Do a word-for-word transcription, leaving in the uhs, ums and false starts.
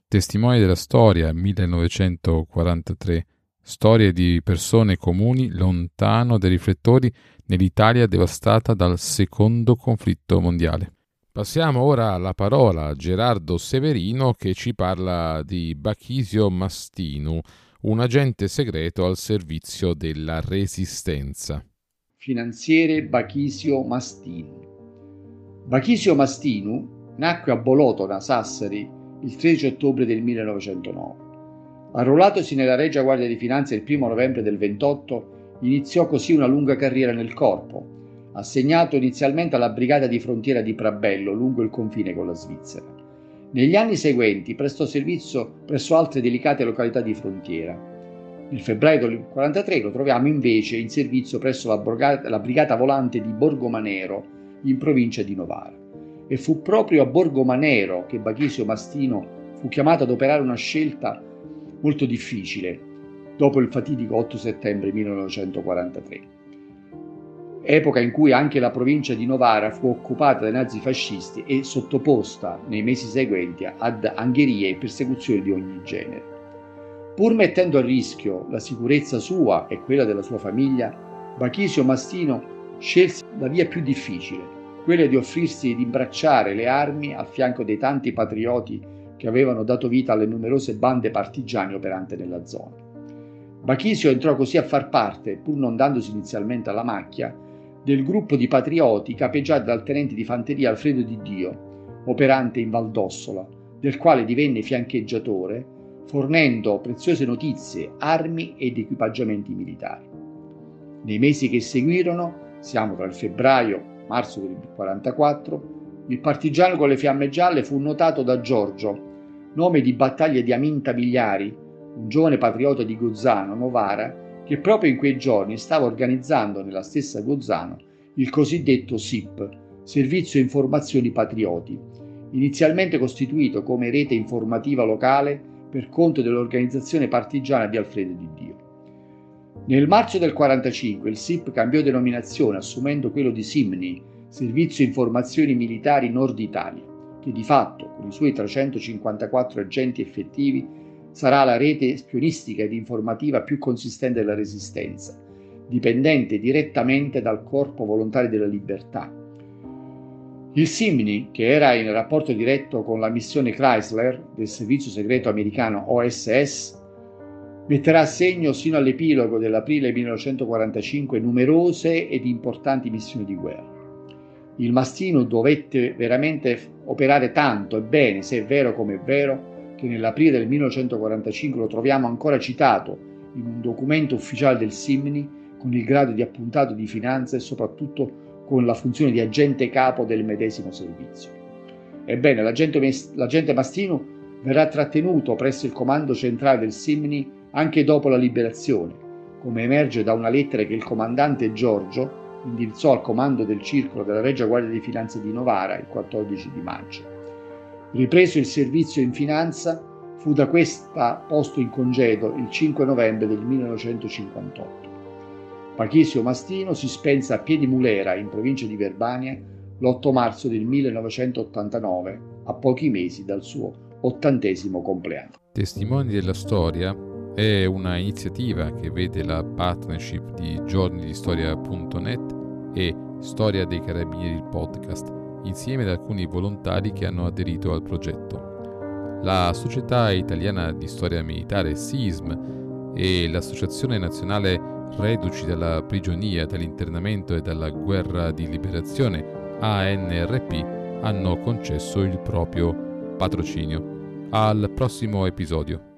Testimoni della storia, millenovecentoquarantatré. Storie di persone comuni lontano dai riflettori nell'Italia devastata dal secondo conflitto mondiale. Passiamo ora la parola a Gerardo Severino che ci parla di Bachisio Mastinu, un agente segreto al servizio della Resistenza. Finanziere Bachisio Mastinu. Bachisio Mastinu nacque a Bolotona, Sassari, il tredici ottobre del millenovecentonove. Arruolatosi nella Regia Guardia di Finanza il primo novembre del ventotto, iniziò così una lunga carriera nel corpo, assegnato inizialmente alla brigata di frontiera di Prabello, lungo il confine con la Svizzera. Negli anni seguenti prestò servizio presso altre delicate località di frontiera. Nel febbraio del millenovecentoquarantatré lo troviamo invece in servizio presso la brigata, la brigata volante di Borgomanero, in provincia di Novara. E fu proprio a Borgomanero che Bachisio Mastino fu chiamato ad operare una scelta molto difficile, dopo il fatidico otto settembre millenovecentoquarantatré, epoca in cui anche la provincia di Novara fu occupata dai nazifascisti e sottoposta nei mesi seguenti ad angherie e persecuzioni di ogni genere. Pur mettendo a rischio la sicurezza sua e quella della sua famiglia, Bachisio Mastino scelse la via più difficile, quella di offrirsi ed imbracciare le armi al fianco dei tanti patrioti che avevano dato vita alle numerose bande partigiane operanti nella zona. Bachisio entrò così a far parte, pur non dandosi inizialmente alla macchia, del gruppo di patrioti capeggiato dal tenente di fanteria Alfredo Di Dio, operante in Valdossola, del quale divenne fiancheggiatore, fornendo preziose notizie, armi ed equipaggiamenti militari. Nei mesi che seguirono, siamo tra il febbraio e marzo del millenovecentoquarantaquattro, il partigiano con le fiamme gialle fu notato da Giorgio, nome di battaglia di Aminta Vigliari, un giovane patriota di Gozzano, Novara, che proprio in quei giorni stava organizzando nella stessa Gozzano il cosiddetto S I P, Servizio Informazioni Patrioti, inizialmente costituito come rete informativa locale per conto dell'organizzazione partigiana di Alfredo Di Dio. Nel marzo del millenovecentoquarantacinque il S I P cambiò denominazione assumendo quello di SIMNI, Servizio Informazioni Militari Nord Italia, che di fatto, con i suoi trecentocinquantaquattro agenti effettivi, sarà la rete spionistica ed informativa più consistente della Resistenza, dipendente direttamente dal Corpo Volontari della Libertà. Il SIMNI, che era in rapporto diretto con la missione Chrysler del servizio segreto americano O S S, metterà a segno sino all'epilogo dell'aprile millenovecentoquarantacinque numerose ed importanti missioni di guerra. Il Mastino dovette veramente operare tanto e bene, se è vero come è vero, che nell'aprile del millenovecentoquarantacinque lo troviamo ancora citato in un documento ufficiale del SIMNI con il grado di appuntato di finanza e soprattutto con la funzione di agente capo del medesimo servizio. Ebbene, l'agente, l'agente Mastino verrà trattenuto presso il comando centrale del SIMNI anche dopo la liberazione, come emerge da una lettera che il comandante Giorgio indirizzò al comando del circolo della Regia Guardia di Finanza di Novara il quattordici di maggio. Ripreso il servizio in finanza, fu da questa posto in congedo il cinque novembre del millenovecentocinquantotto. Bachisio Mastino si spense a Piedimulera, in provincia di Verbania, l'otto marzo del millenovecentottantanove, a pochi mesi dal suo ottantesimo compleanno. Testimoni della storia è una iniziativa che vede la partnership di giorni di storia punto net e Storia dei Carabinieri il podcast, insieme ad alcuni volontari che hanno aderito al progetto. La Società Italiana di Storia Militare S I S M e l'Associazione Nazionale Reduci dalla Prigionia, dall'Internamento e dalla Guerra di Liberazione A N R P hanno concesso il proprio patrocinio. Al prossimo episodio.